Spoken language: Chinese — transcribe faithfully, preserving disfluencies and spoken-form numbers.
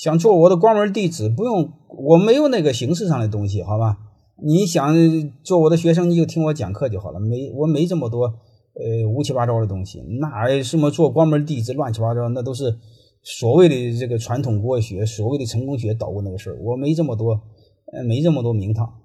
想做我的关门弟子，不用，我没有那个形式上的东西，好吧？你想做我的学生，你就听我讲课就好了，没我没这么多呃乌七八糟的东西，那什么做关门弟子乱七八糟，那都是所谓的这个传统国学，所谓的成功学捣鼓那个事儿，我没这么多，呃没这么多名堂。